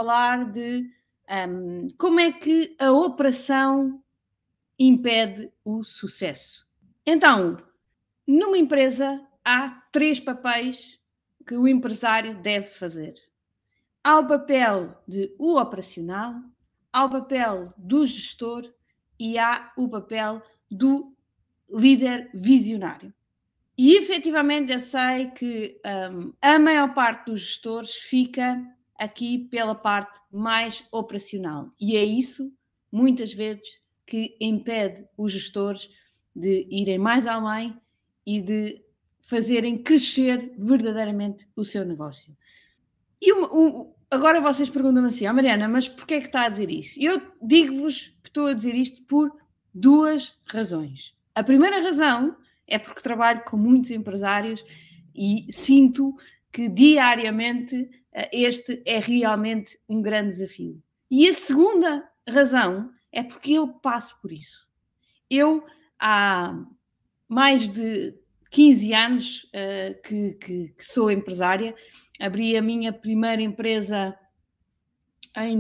falar de como é que a operação impede o sucesso. Então, numa empresa há 3 papéis que o empresário deve fazer. Há o papel o operacional, há o papel do gestor e há o papel do líder visionário. E efetivamente eu sei que a maior parte dos gestores fica aqui pela parte mais operacional. E é isso, muitas vezes, que impede os gestores de irem mais além e de fazerem crescer verdadeiramente o seu negócio. E agora vocês perguntam-me assim, Mariana, mas porquê é que está a dizer isso? Eu digo-vos que estou a dizer isto por 2 razões. A primeira razão é porque trabalho com muitos empresários e sinto que diariamente este é realmente um grande desafio. E a segunda razão é porque eu passo por isso. Eu, há mais de 15 anos que sou empresária, abri a minha primeira empresa em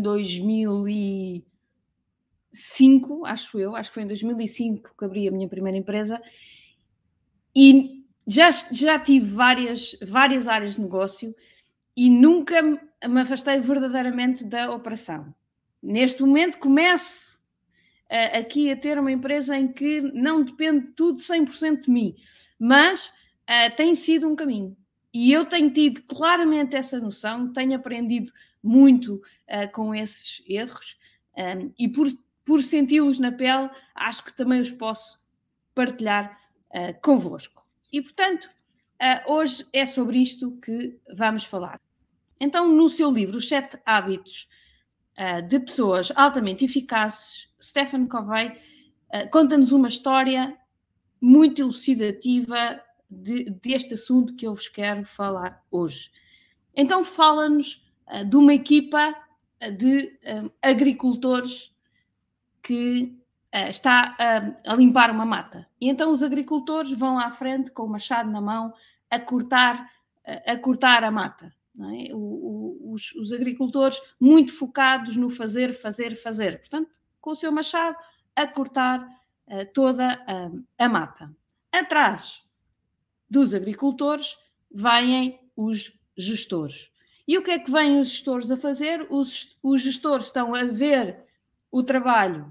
2005, acho que foi em 2005 que abri a minha primeira empresa, e já tive várias áreas de negócio e nunca me afastei verdadeiramente da operação. Neste momento começo aqui a ter uma empresa em que não depende tudo 100% de mim, mas tem sido um caminho. E eu tenho tido claramente essa noção, tenho aprendido muito com esses erros e por senti-los na pele, acho que também os posso partilhar convosco. E, portanto, hoje é sobre isto que vamos falar. Então, no seu livro, Os 7 Hábitos de Pessoas Altamente Eficazes, Stephen Covey conta-nos uma história muito elucidativa deste assunto que eu vos quero falar hoje. Então fala-nos de uma equipa de agricultores que está a limpar uma mata. E então os agricultores vão à frente com o machado na mão a cortar a mata. Não é? Os agricultores muito focados no fazer. Portanto, com o seu machado a cortar toda a mata. Atrás dos agricultores vêm os gestores. E o que é que vêm os gestores a fazer? Os gestores estão a ver o trabalho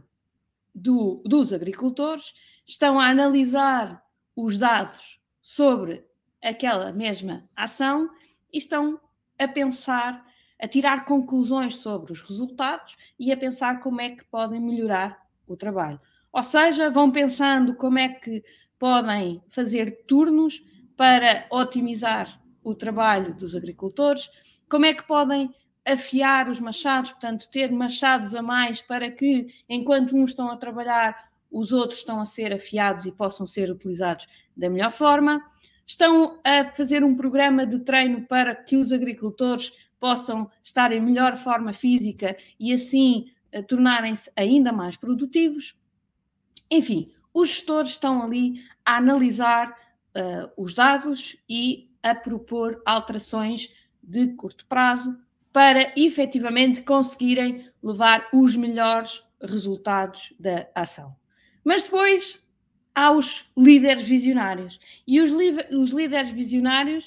dos agricultores, estão a analisar os dados sobre aquela mesma ação e estão a pensar, a tirar conclusões sobre os resultados e a pensar como é que podem melhorar o trabalho. Ou seja, vão pensando como é que podem fazer turnos para otimizar o trabalho dos agricultores, como é que podem afiar os machados, portanto, ter machados a mais para que, enquanto uns estão a trabalhar, os outros estão a ser afiados e possam ser utilizados da melhor forma. Estão a fazer um programa de treino para que os agricultores possam estar em melhor forma física e assim tornarem-se ainda mais produtivos. Enfim, os gestores estão ali a analisar os dados e a propor alterações de curto prazo para efetivamente conseguirem levar os melhores resultados da ação. Mas depois há os líderes visionários. E os líderes visionários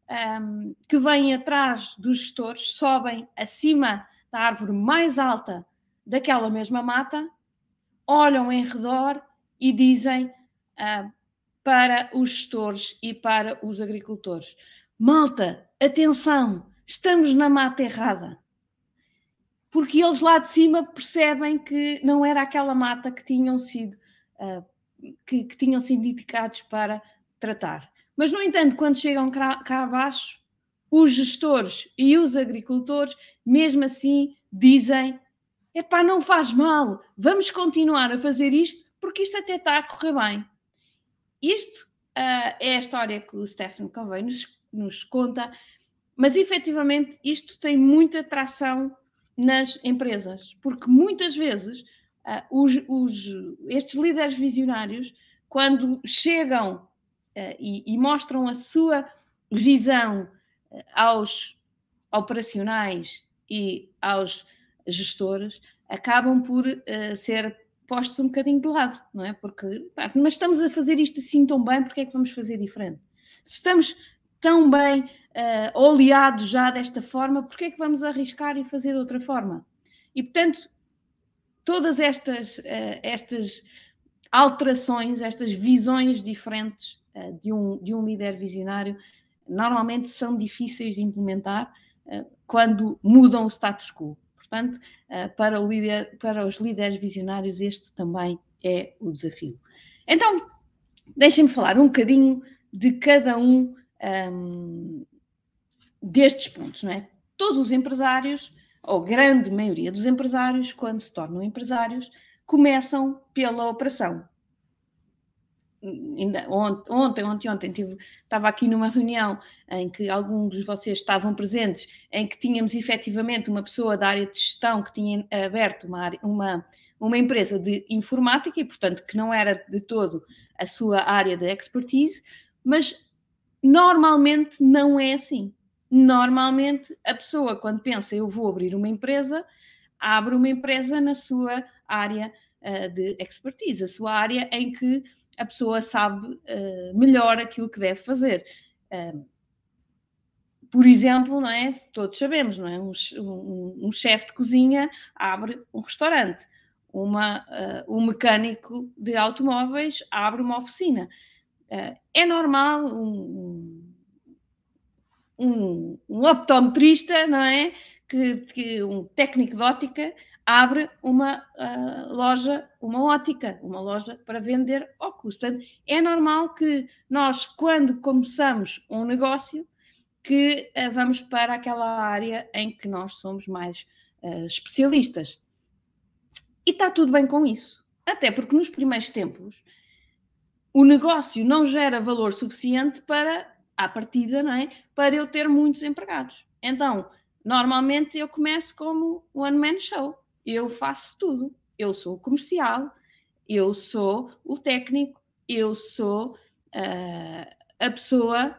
que vêm atrás dos gestores, sobem acima da árvore mais alta daquela mesma mata, olham em redor e dizem para os gestores e para os agricultores: malta, atenção, estamos na mata errada. Porque eles lá de cima percebem que não era aquela mata que tinham sido que tinham sido indicados para tratar. Mas, no entanto, quando chegam cá abaixo, os gestores e os agricultores, mesmo assim, dizem: epá, não faz mal, vamos continuar a fazer isto, porque isto até está a correr bem. Isto é a história que o Stephen Covey nos conta, mas, efetivamente, isto tem muita tração nas empresas, porque muitas vezes estes líderes visionários, quando chegam e mostram a sua visão aos operacionais e aos gestores, acabam por ser postos um bocadinho de lado, não é? Porque, mas estamos a fazer isto assim tão bem, porque é que vamos fazer diferente? Se estamos tão bem oleados já desta forma, porque é que vamos arriscar e fazer de outra forma? E, portanto, todas estas alterações, estas visões diferentes de um líder visionário, normalmente são difíceis de implementar quando mudam o status quo. Portanto, para os líderes visionários, este também é o desafio. Então, deixem-me falar um bocadinho de cada um destes pontos, não é? Todos os empresários, ou grande maioria dos empresários, quando se tornam empresários, começam pela operação. Ontem estava aqui numa reunião em que alguns de vocês estavam presentes, em que tínhamos efetivamente uma pessoa da área de gestão que tinha aberto uma empresa de informática e, portanto, que não era de todo a sua área de expertise, mas normalmente não é assim. Normalmente a pessoa, quando pensa eu vou abrir uma empresa, abre uma empresa na sua área de expertise, a sua área em que a pessoa sabe melhor aquilo que deve fazer. Por exemplo, não é? Todos sabemos, não é? Um chefe de cozinha abre um restaurante, um mecânico de automóveis abre uma oficina. É normal um optometrista, não é? Que um técnico de ótica abre uma loja, uma loja para vender óculos. Portanto, é normal que nós, quando começamos um negócio, que vamos para aquela área em que nós somos mais especialistas. E está tudo bem com isso. Até porque nos primeiros tempos o negócio não gera valor suficiente para, à partida, não é? Para eu ter muitos empregados. Então, normalmente eu começo como one-man show. Eu faço tudo. Eu sou o comercial, eu sou o técnico, eu sou a pessoa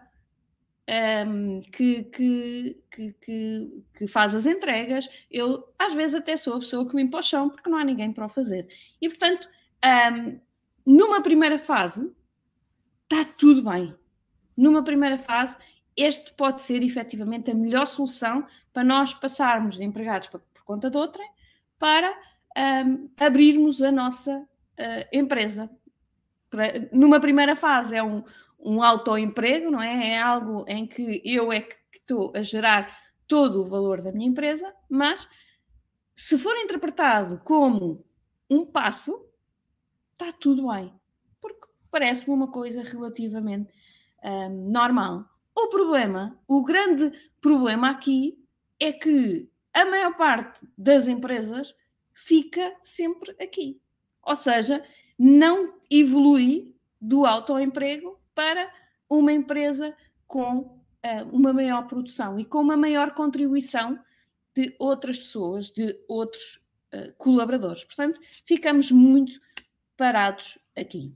que faz as entregas. Eu, às vezes, até sou a pessoa que limpa o chão, porque não há ninguém para o fazer. E, portanto, numa primeira fase, está tudo bem. Numa primeira fase, este pode ser, efetivamente, a melhor solução para nós passarmos de empregados por conta de outrem para abrirmos a nossa empresa. Numa primeira fase, é um autoemprego, não é? É algo em que eu é que estou a gerar todo o valor da minha empresa, mas se for interpretado como um passo, está tudo bem, porque parece-me uma coisa relativamente normal. O grande problema aqui é que a maior parte das empresas fica sempre aqui. Ou seja, não evolui do autoemprego para uma empresa com uma maior produção e com uma maior contribuição de outras pessoas, de outros colaboradores. Portanto, ficamos muito parados aqui.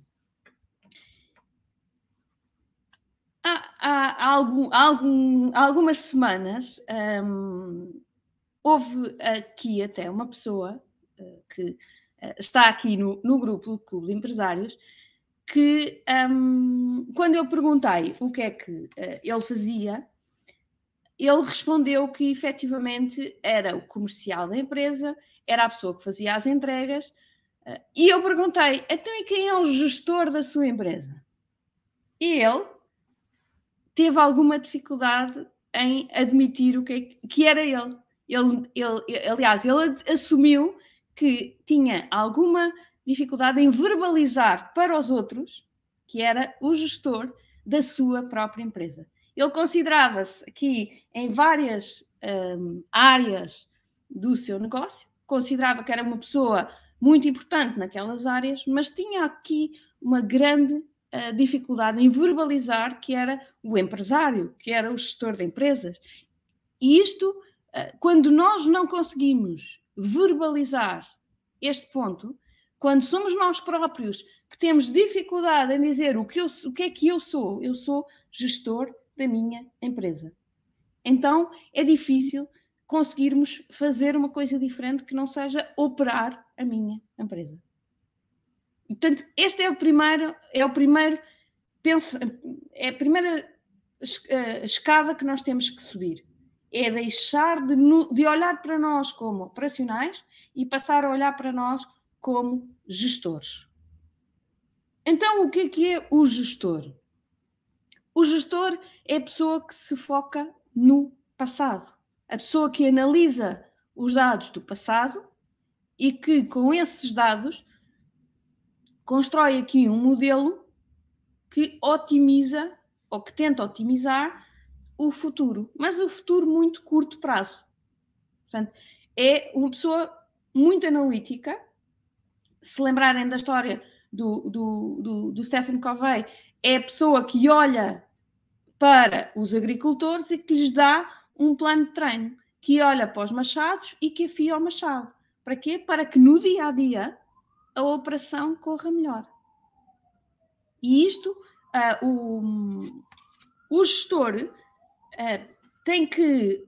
Há algumas semanas houve aqui até uma pessoa que está aqui no grupo do Clube de Empresários que quando eu perguntei o que é que ele fazia, ele respondeu que efetivamente era o comercial da empresa, era a pessoa que fazia as entregas, e eu perguntei, então e quem é o gestor da sua empresa? E ele teve alguma dificuldade em admitir o que era ele. Aliás, ele assumiu que tinha alguma dificuldade em verbalizar para os outros que era o gestor da sua própria empresa. Ele considerava-se aqui em várias áreas do seu negócio, considerava que era uma pessoa muito importante naquelas áreas, mas tinha aqui uma grande dificuldade em verbalizar que era o empresário, que era o gestor de empresas. E isto, quando nós não conseguimos verbalizar este ponto, quando somos nós próprios que temos dificuldade em dizer o que é que eu sou gestor da minha empresa. Então, é difícil conseguirmos fazer uma coisa diferente que não seja operar a minha empresa. E, portanto, este é a primeira escada que nós temos que subir. É deixar de olhar para nós como operacionais e passar a olhar para nós como gestores. Então, o que é o gestor? O gestor é a pessoa que se foca no passado. A pessoa que analisa os dados do passado e que, com esses dados, constrói aqui um modelo que otimiza ou que tenta otimizar o futuro, mas o futuro muito curto prazo. Portanto, é uma pessoa muito analítica. Se lembrarem da história do Stephen Covey, é a pessoa que olha para os agricultores e que lhes dá um plano de treino, que olha para os machados e que afia o machado. Para quê? Para que no dia a dia a operação corra melhor. E isto, o gestor tem que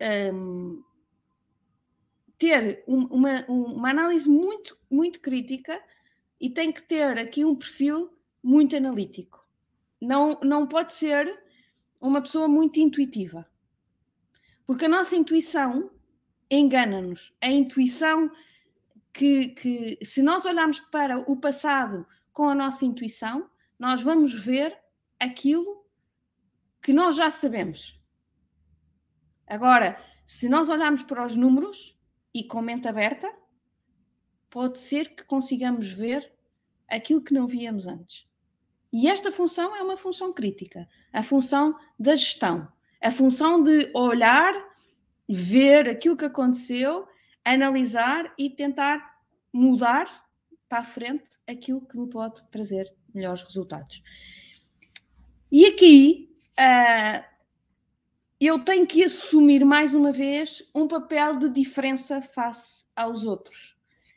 ter uma análise muito, muito crítica e tem que ter aqui um perfil muito analítico. Não pode ser uma pessoa muito intuitiva. Porque a nossa intuição engana-nos. A intuição que se nós olharmos para o passado com a nossa intuição, nós vamos ver aquilo que nós já sabemos. Agora, se nós olharmos para os números e com mente aberta, pode ser que consigamos ver aquilo que não víamos antes. E esta função é uma função crítica, a função da gestão, a função de olhar, ver aquilo que aconteceu, analisar e tentar mudar para a frente aquilo que me pode trazer melhores resultados. E aqui eu tenho que assumir mais uma vez um papel de diferença face aos outros.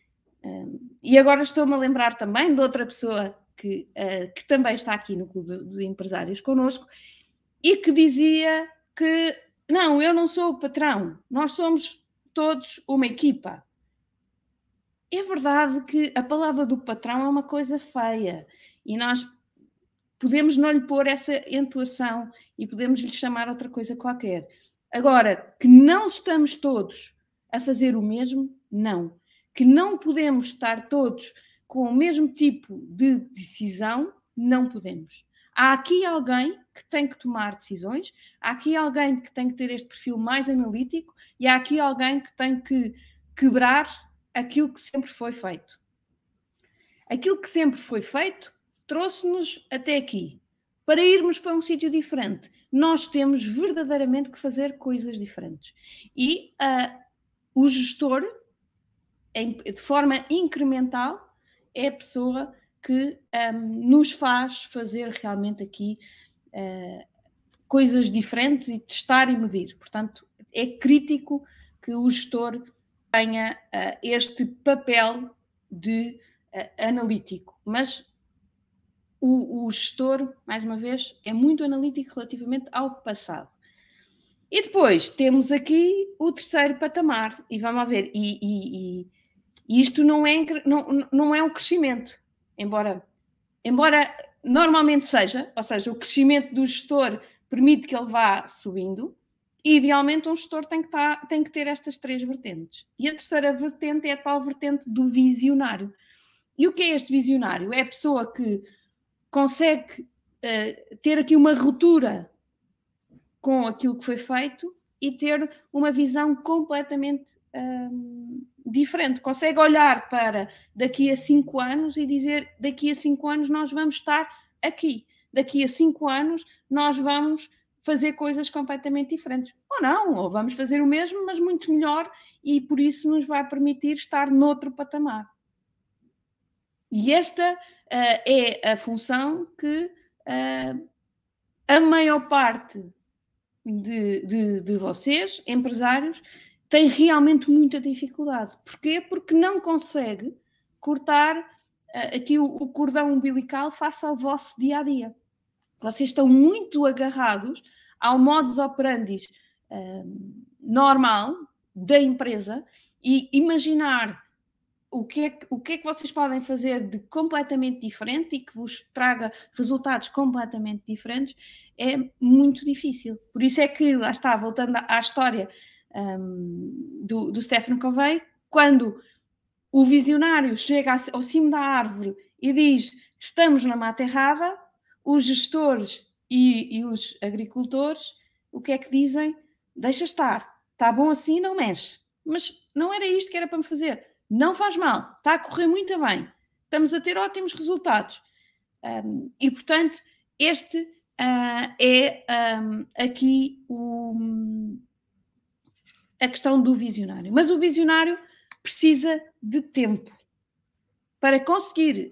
E agora estou-me a lembrar também de outra pessoa que também está aqui no Clube de Empresários connosco e que dizia que não, eu não sou o patrão, nós somos todos uma equipa. É verdade que a palavra do patrão é uma coisa feia e nós podemos não lhe pôr essa entoação e podemos lhe chamar outra coisa qualquer. Agora, que não estamos todos a fazer o mesmo, não. Que não podemos estar todos com o mesmo tipo de decisão, não podemos. Há aqui alguém que tem que tomar decisões, há aqui alguém que tem que ter este perfil mais analítico e há aqui alguém que tem que quebrar aquilo que sempre foi feito. Aquilo que sempre foi feito trouxe-nos até aqui. Para irmos para um sítio diferente, nós temos verdadeiramente que fazer coisas diferentes. E o gestor, de forma incremental, é a pessoa que nos faz fazer realmente aqui coisas diferentes e testar e medir. Portanto, é crítico que o gestor tenha este papel de analítico. Mas o gestor, mais uma vez, é muito analítico relativamente ao passado. E depois temos aqui o terceiro patamar. E vamos ver, e isto não é um crescimento, embora normalmente seja, ou seja, o crescimento do gestor permite que ele vá subindo, e idealmente um gestor tem que ter estas três vertentes. E a terceira vertente é a tal vertente do visionário. E o que é este visionário? É a pessoa que consegue ter aqui uma ruptura com aquilo que foi feito e ter uma visão completamente diferente. Consegue olhar para daqui a 5 anos e dizer daqui a 5 anos nós vamos estar aqui. Daqui a 5 anos nós vamos fazer coisas completamente diferentes. Ou não, ou vamos fazer o mesmo, mas muito melhor e por isso nos vai permitir estar noutro patamar. E esta é a função que a maior parte de vocês, empresários, tem realmente muita dificuldade. Porquê? Porque não consegue cortar aqui o cordão umbilical face ao vosso dia-a-dia. Vocês estão muito agarrados ao modus operandi normal da empresa e imaginar o que é que vocês podem fazer de completamente diferente e que vos traga resultados completamente diferentes, é muito difícil. Por isso é que, lá está, voltando à história do Stephen Covey, quando o visionário chega ao cimo da árvore e diz: estamos na mata errada, os gestores e os agricultores, o que é que dizem? Deixa estar, está bom assim, não mexe. Mas não era isto que era para me fazer. Não faz mal, está a correr muito bem, estamos a ter ótimos resultados. E, portanto, este é aqui a questão do visionário. Mas o visionário precisa de tempo para conseguir.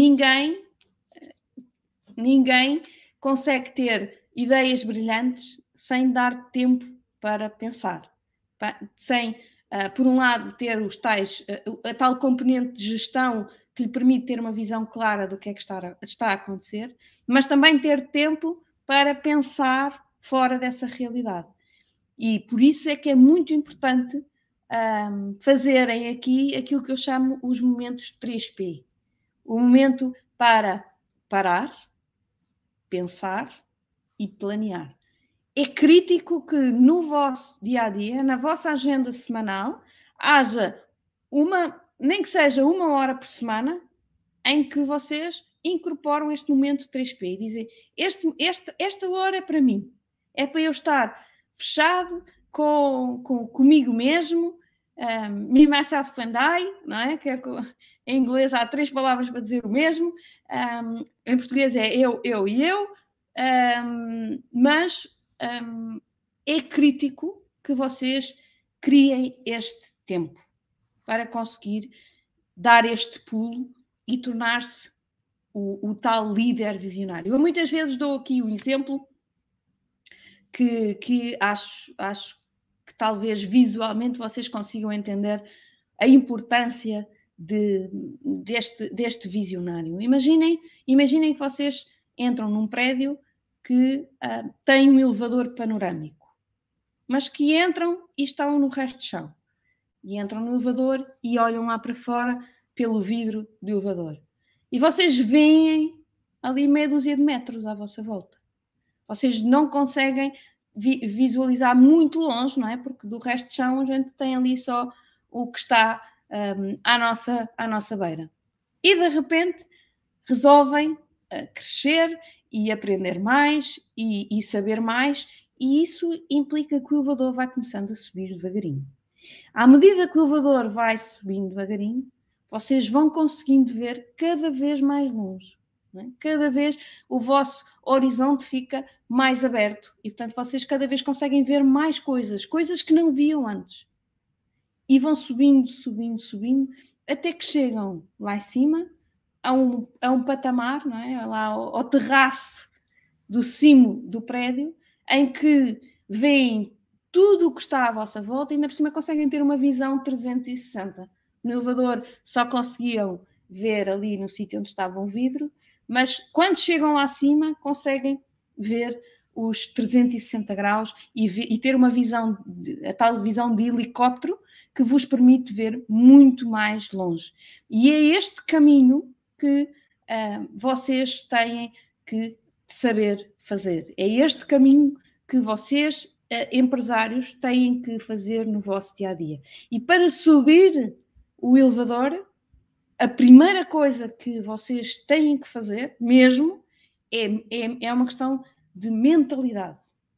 Ninguém consegue ter ideias brilhantes sem dar tempo para pensar. Sem, por um lado, ter os tais, a tal componente de gestão que lhe permite ter uma visão clara do que é que está a acontecer, mas também ter tempo para pensar fora dessa realidade. E por isso é que é muito importante fazerem aqui aquilo que eu chamo os momentos 3P. O momento para parar, pensar e planear. É crítico que no vosso dia-a-dia, na vossa agenda semanal, haja nem que seja 1 hora por semana, em que vocês incorporam este momento 3P e dizem, esta hora é para mim, é para eu estar fechado comigo mesmo, me, myself and I, não é? Que em inglês há 3 palavras para dizer o mesmo, em português é eu e eu, mas é crítico que vocês criem este tempo para conseguir dar este pulo e tornar-se o tal líder visionário. Eu muitas vezes dou aqui o exemplo que acho que talvez visualmente vocês consigam entender a importância deste visionário. Imaginem que vocês entram num prédio que tem um elevador panorâmico, mas que entram e estão no resto de chão. E entram no elevador e olham lá para fora pelo vidro do elevador. E vocês veem ali meia dúzia de metros à vossa volta. Vocês não conseguem visualizar muito longe, não é? Porque do resto de chão a gente tem ali só o que está à nossa beira. E de repente resolvem crescer e aprender mais e saber mais, e isso implica que o elevador vai começando a subir devagarinho. À medida que o elevador vai subindo devagarinho, vocês vão conseguindo ver cada vez mais longe. Não é? Cada vez o vosso horizonte fica mais aberto e, portanto, vocês cada vez conseguem ver mais coisas que não viam antes. E vão subindo, até que chegam lá em cima, a um patamar, não é? Lá ao terraço do cimo do prédio, em que veem tudo o que está à vossa volta e ainda por cima conseguem ter uma visão 360. No elevador só conseguiam ver ali no sítio onde estava o vidro, mas quando chegam lá acima conseguem ver os 360 graus e ter uma visão, a tal visão de helicóptero, que vos permite ver muito mais longe. E é este caminho que vocês têm que saber fazer. É este caminho que vocês, empresários, têm que fazer no vosso dia-a-dia. E para subir o elevador, a primeira coisa que vocês têm que fazer mesmo é uma questão de mentalidade.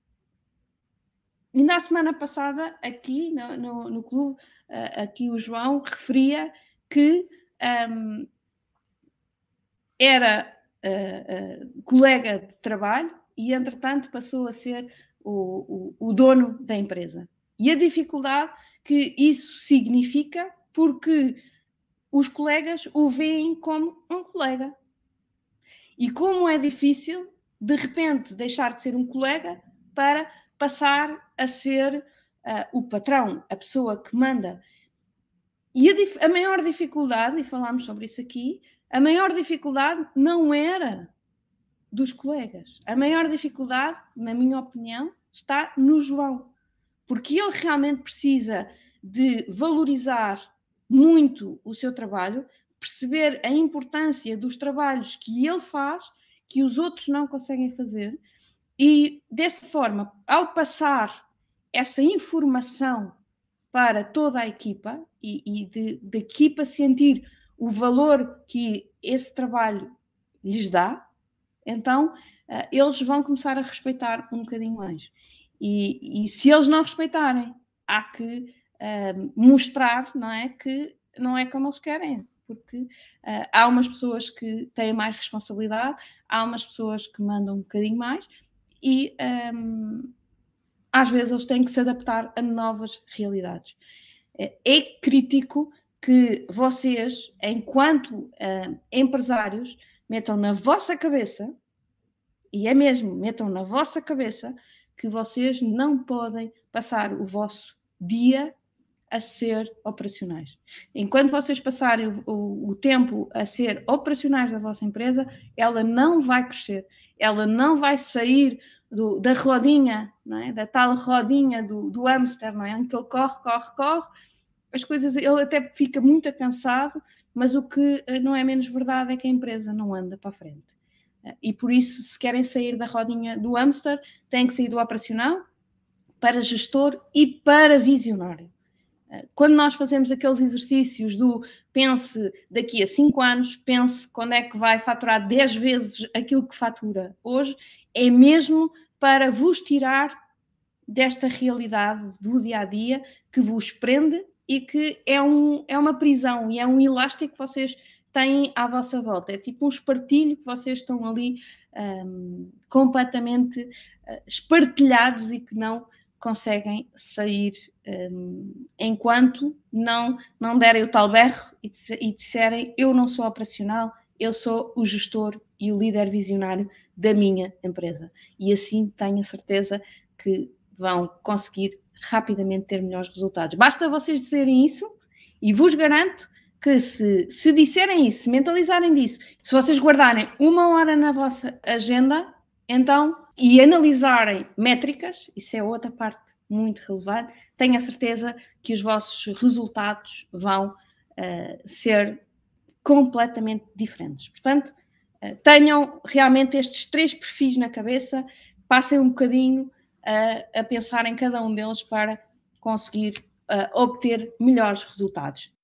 E na semana passada, aqui no clube, aqui o João referia que era colega de trabalho e, entretanto, passou a ser o dono da empresa. E a dificuldade que isso significa, porque os colegas o veem como um colega. E como é difícil, de repente, deixar de ser um colega para passar a ser o patrão, a pessoa que manda. E a maior dificuldade, e falámos sobre isso aqui, a maior dificuldade não era dos colegas. A maior dificuldade, na minha opinião, está no João. Porque ele realmente precisa de valorizar muito o seu trabalho, perceber a importância dos trabalhos que ele faz, que os outros não conseguem fazer, e dessa forma, ao passar essa informação para toda a equipa e da equipa sentir o valor que esse trabalho lhes dá, então eles vão começar a respeitar um bocadinho mais. E se eles não respeitarem, há que mostrar, não é, que não é como eles querem, porque há umas pessoas que têm mais responsabilidade, há umas pessoas que mandam um bocadinho mais e às vezes eles têm que se adaptar a novas realidades. É crítico que vocês, enquanto empresários, metam na vossa cabeça, e é mesmo, metam na vossa cabeça, que vocês não podem passar o vosso dia a ser operacionais. Enquanto vocês passarem o tempo a ser operacionais da vossa empresa, ela não vai crescer, ela não vai sair da rodinha, não é? Da tal rodinha do hamster, não é? Em que ele corre, as coisas, ele até fica muito cansado, mas o que não é menos verdade é que a empresa não anda para a frente. E por isso, se querem sair da rodinha do hamster, têm que sair do operacional para gestor e para visionário. Quando nós fazemos aqueles exercícios do pense daqui a 5 anos, pense quando é que vai faturar 10 vezes aquilo que fatura hoje, é mesmo para vos tirar desta realidade do dia-a-dia que vos prende e que é uma prisão e é um elástico que vocês têm à vossa volta. É tipo um espartilho que vocês estão ali completamente espartilhados e que não conseguem sair enquanto não derem o tal berro e disserem eu não sou operacional, eu sou o gestor e o líder visionário da minha empresa. E assim tenho a certeza que vão conseguir rapidamente ter melhores resultados. Basta vocês dizerem isso e vos garanto que se disserem isso, se mentalizarem disso, se vocês guardarem 1 hora na vossa agenda, então, e analisarem métricas, isso é outra parte muito relevante, tenho a certeza que os vossos resultados vão ser completamente diferentes. Portanto, tenham realmente estes 3 perfis na cabeça, passem um bocadinho a pensar em cada um deles para conseguir obter melhores resultados.